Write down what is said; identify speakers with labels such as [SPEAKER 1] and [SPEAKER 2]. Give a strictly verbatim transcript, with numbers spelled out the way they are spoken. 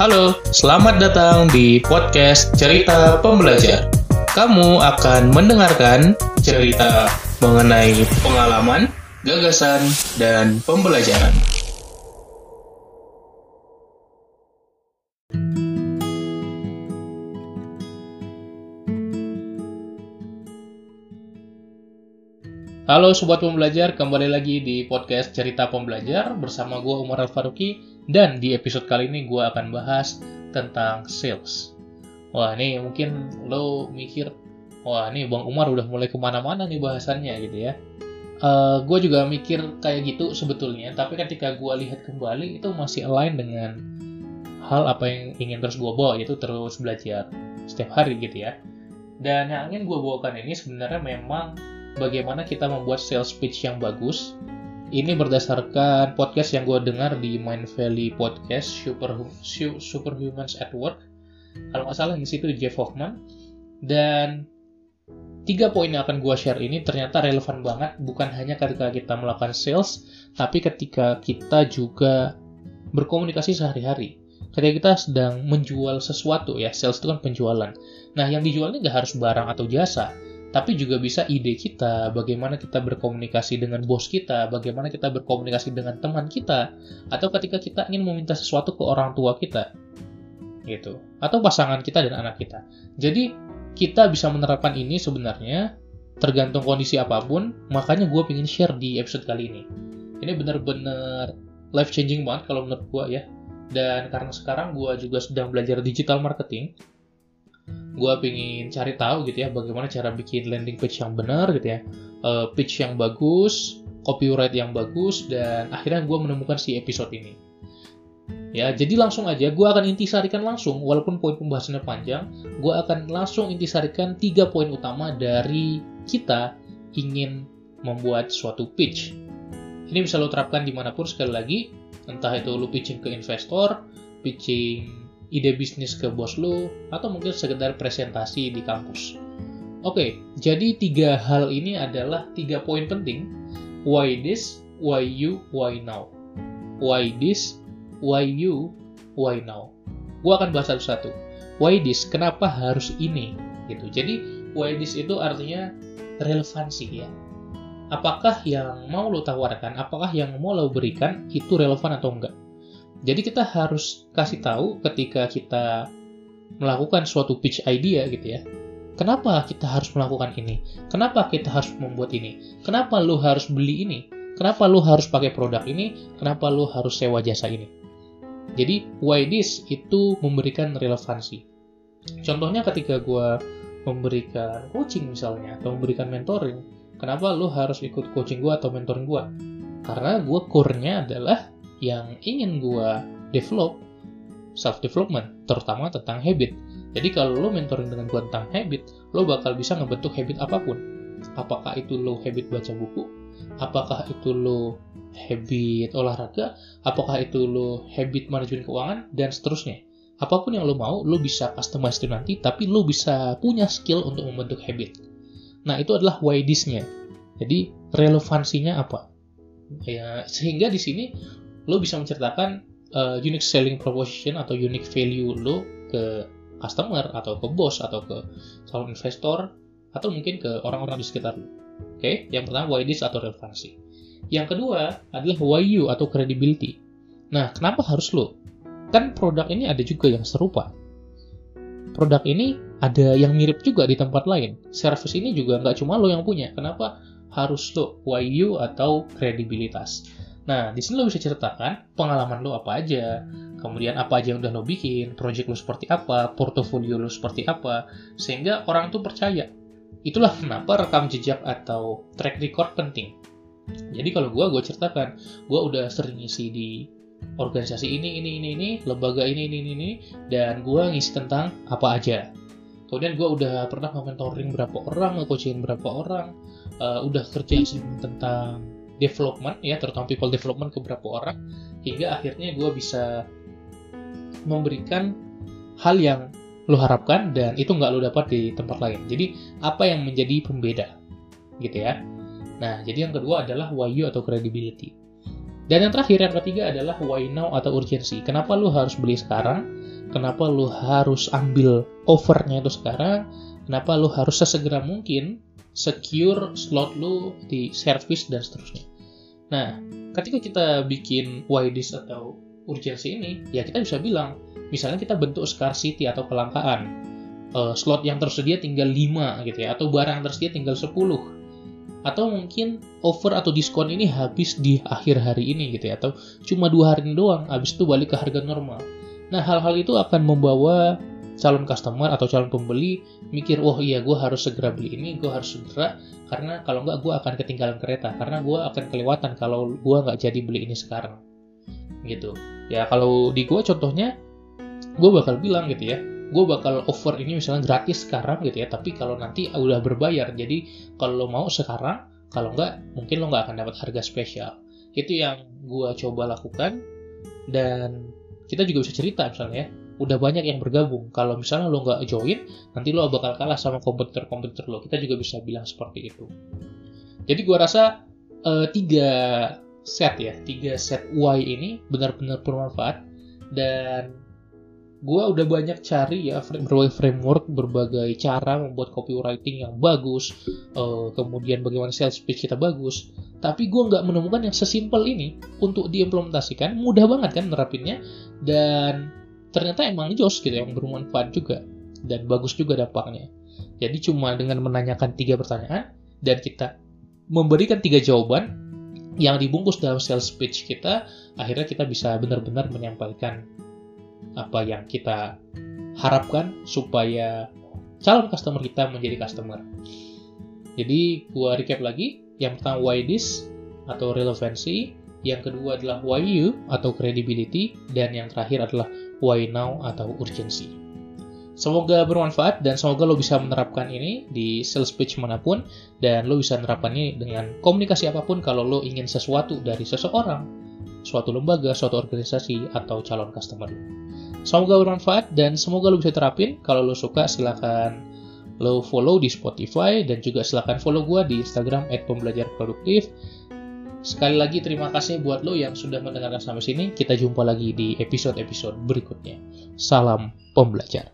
[SPEAKER 1] Halo, selamat datang di podcast Cerita Pembelajar. Kamu akan mendengarkan cerita mengenai pengalaman, gagasan, dan pembelajaran. Halo Sobat Pembelajar, kembali lagi di podcast Cerita Pembelajar bersama gue Umar Al-Faruqi, dan di episode kali ini gue akan bahas tentang sales. Wah, ini mungkin lo mikir, wah ini Bang Umar udah mulai kemana-mana nih bahasannya gitu ya. Uh, gue juga mikir kayak gitu sebetulnya, tapi ketika gue lihat kembali itu masih align dengan hal apa yang ingin terus gue bawa, yaitu terus belajar setiap hari gitu ya. Dan yang ingin gue bawakan ini sebenarnya memang bagaimana kita membuat sales pitch yang bagus. Ini berdasarkan podcast yang gue dengar di Mind Valley Podcast, Super, Superhumans at Work. Kalau nggak salah di situ Jeff Hoffman. Dan tiga poin yang akan gue share ini ternyata relevan banget, bukan hanya ketika kita melakukan sales, tapi ketika kita juga berkomunikasi sehari-hari. Ketika kita sedang menjual sesuatu ya, sales itu kan penjualan. Nah, yang dijualnya nggak harus barang atau jasa, tapi juga bisa ide kita, bagaimana kita berkomunikasi dengan bos kita, bagaimana kita berkomunikasi dengan teman kita, atau ketika kita ingin meminta sesuatu ke orang tua kita, gitu, atau pasangan kita dan anak kita. Jadi, kita bisa menerapkan ini sebenarnya tergantung kondisi apapun, makanya gue pengen share di episode kali ini. Ini benar-benar life-changing banget kalau menurut gue ya, dan karena sekarang gue juga sedang belajar digital marketing, gue pengen cari tahu gitu ya bagaimana cara bikin landing page yang benar gitu ya, uh, pitch yang bagus, copyright yang bagus, dan akhirnya gue menemukan si episode ini. Ya, jadi langsung aja gue akan intisarikan langsung, walaupun poin pembahasannya panjang, gue akan langsung intisarikan tiga poin utama dari kita ingin membuat suatu pitch. Ini bisa lo terapkan dimanapun, sekali lagi, entah itu lo pitching ke investor, pitching ide bisnis ke bos lo, atau mungkin sekedar presentasi di kampus. Oke, jadi tiga hal ini adalah tiga poin penting. Why this, why you, why now. Why this, why you, why now. Gue akan bahas satu-satu. Why this, kenapa harus ini? Gitu. Jadi, why this itu artinya relevansi ya. Apakah yang mau lo tawarkan, apakah yang mau lo berikan, itu relevan atau enggak? Jadi kita harus kasih tahu ketika kita melakukan suatu pitch idea gitu ya. Kenapa kita harus melakukan ini? Kenapa kita harus membuat ini? Kenapa lu harus beli ini? Kenapa lu harus pakai produk ini? Kenapa lu harus sewa jasa ini? Jadi why this itu memberikan relevansi. Contohnya ketika gue memberikan coaching misalnya, atau memberikan mentoring. Kenapa lu harus ikut coaching gue atau mentoring gue? Karena gue core-nya adalah yang ingin gue develop, self-development, terutama tentang habit. Jadi kalau lo mentoring dengan gue tentang habit, lo bakal bisa ngebentuk habit apapun. Apakah itu lo habit baca buku, apakah itu lo habit olahraga, apakah itu lo habit manajemen keuangan, dan seterusnya. Apapun yang lo mau, lo bisa customize itu nanti, tapi lo bisa punya skill untuk membentuk habit. Nah, itu adalah why this-nya. Jadi, relevansinya apa? Ya, sehingga di sini lo bisa menceritakan uh, unique selling proposition atau unique value lo ke customer atau ke bos atau ke calon investor atau mungkin ke orang-orang di sekitar lo. Oke, okay? Yang pertama why this atau relevansi. Yang kedua adalah why you atau credibility. Nah, kenapa harus lo? Kan produk ini ada juga yang serupa. Produk ini ada yang mirip juga di tempat lain. Service ini juga nggak cuma lo yang punya. Kenapa harus lo? Why you atau kredibilitas. Nah, di sini lo bisa ceritakan pengalaman lo apa aja, kemudian apa aja yang udah lo bikin, project lo seperti apa, portofolio lo seperti apa, sehingga orang tuh percaya. Itulah kenapa rekam jejak atau track record penting. Jadi kalau gue, gue ceritakan, gue udah sering ngisi di organisasi ini, ini, ini, ini, lembaga ini, ini, ini, ini, dan gue ngisi tentang apa aja. Kemudian gue udah pernah mentoring berapa orang, nge-coaching berapa orang, uh, udah kerja tentang development ya, terutama people development ke beberapa orang, hingga akhirnya gue bisa memberikan hal yang lo harapkan dan itu nggak lo dapat di tempat lain. Jadi apa yang menjadi pembeda gitu ya. Nah, jadi yang kedua adalah why you atau credibility. Dan yang terakhir, yang ketiga adalah why now atau urgency. Kenapa lu harus beli sekarang? Kenapa lu harus ambil offernya itu sekarang? Kenapa lu harus sesegera mungkin secure slot lu di service dan seterusnya. Nah, ketika kita bikin why this atau urgency ini, ya kita bisa bilang, misalnya kita bentuk scarcity atau kelangkaan. Uh, slot yang tersedia tinggal lima gitu ya, atau barang yang tersedia tinggal sepuluh. Atau mungkin offer atau diskon ini habis di akhir hari ini gitu ya, atau cuma dua hari ini doang, habis itu balik ke harga normal. Nah, hal-hal itu akan membawa calon customer atau calon pembeli mikir, oh iya gue harus segera beli ini, gue harus segera, karena kalau nggak gue akan ketinggalan kereta, karena gue akan kelewatan kalau gue nggak jadi beli ini sekarang gitu ya. Kalau di gue contohnya, gue bakal bilang gitu ya, gue bakal offer ini misalnya gratis sekarang gitu ya, tapi kalau nanti udah berbayar, jadi kalau lo mau sekarang, kalau nggak mungkin lo nggak akan dapat harga spesial. Itu yang gue coba lakukan. Dan kita juga bisa cerita misalnya ya, udah banyak yang bergabung, kalau misalnya lo nggak join, nanti lo bakal kalah sama kompetitor-kompetitor lo. Kita juga bisa bilang seperti itu. Jadi gue rasa uh, tiga set ya, tiga set why ini benar-benar bermanfaat. Dan gue udah banyak cari ya berbagai framework, berbagai cara membuat copywriting yang bagus, uh, kemudian bagaimana sales pitch kita bagus. Tapi gue nggak menemukan yang sesimpel ini untuk diimplementasikan. Mudah banget kan nerapinnya, dan ternyata emang jos gitu, yang bermanfaat juga dan bagus juga dampaknya. Jadi cuma dengan menanyakan tiga pertanyaan dan kita memberikan tiga jawaban yang dibungkus dalam sales pitch kita, akhirnya kita bisa benar-benar menyampaikan apa yang kita harapkan supaya calon customer kita menjadi customer. Jadi gua recap lagi, yang pertama why this atau relevancy, yang kedua adalah why you atau credibility, dan yang terakhir adalah why now atau urgency. Semoga bermanfaat dan semoga lo bisa menerapkan ini di sales pitch manapun, dan lo bisa menerapkannya dengan komunikasi apapun kalau lo ingin sesuatu dari seseorang, suatu lembaga, suatu organisasi, atau calon customer. Semoga bermanfaat dan semoga lo bisa terapin. Kalau lo suka silakan lo follow di Spotify, dan juga silakan follow gue di Instagram et pembelajar produktif. Sekali lagi terima kasih buat lo yang sudah mendengarkan sampai sini. Kita jumpa lagi di episode-episode berikutnya. Salam pembelajar.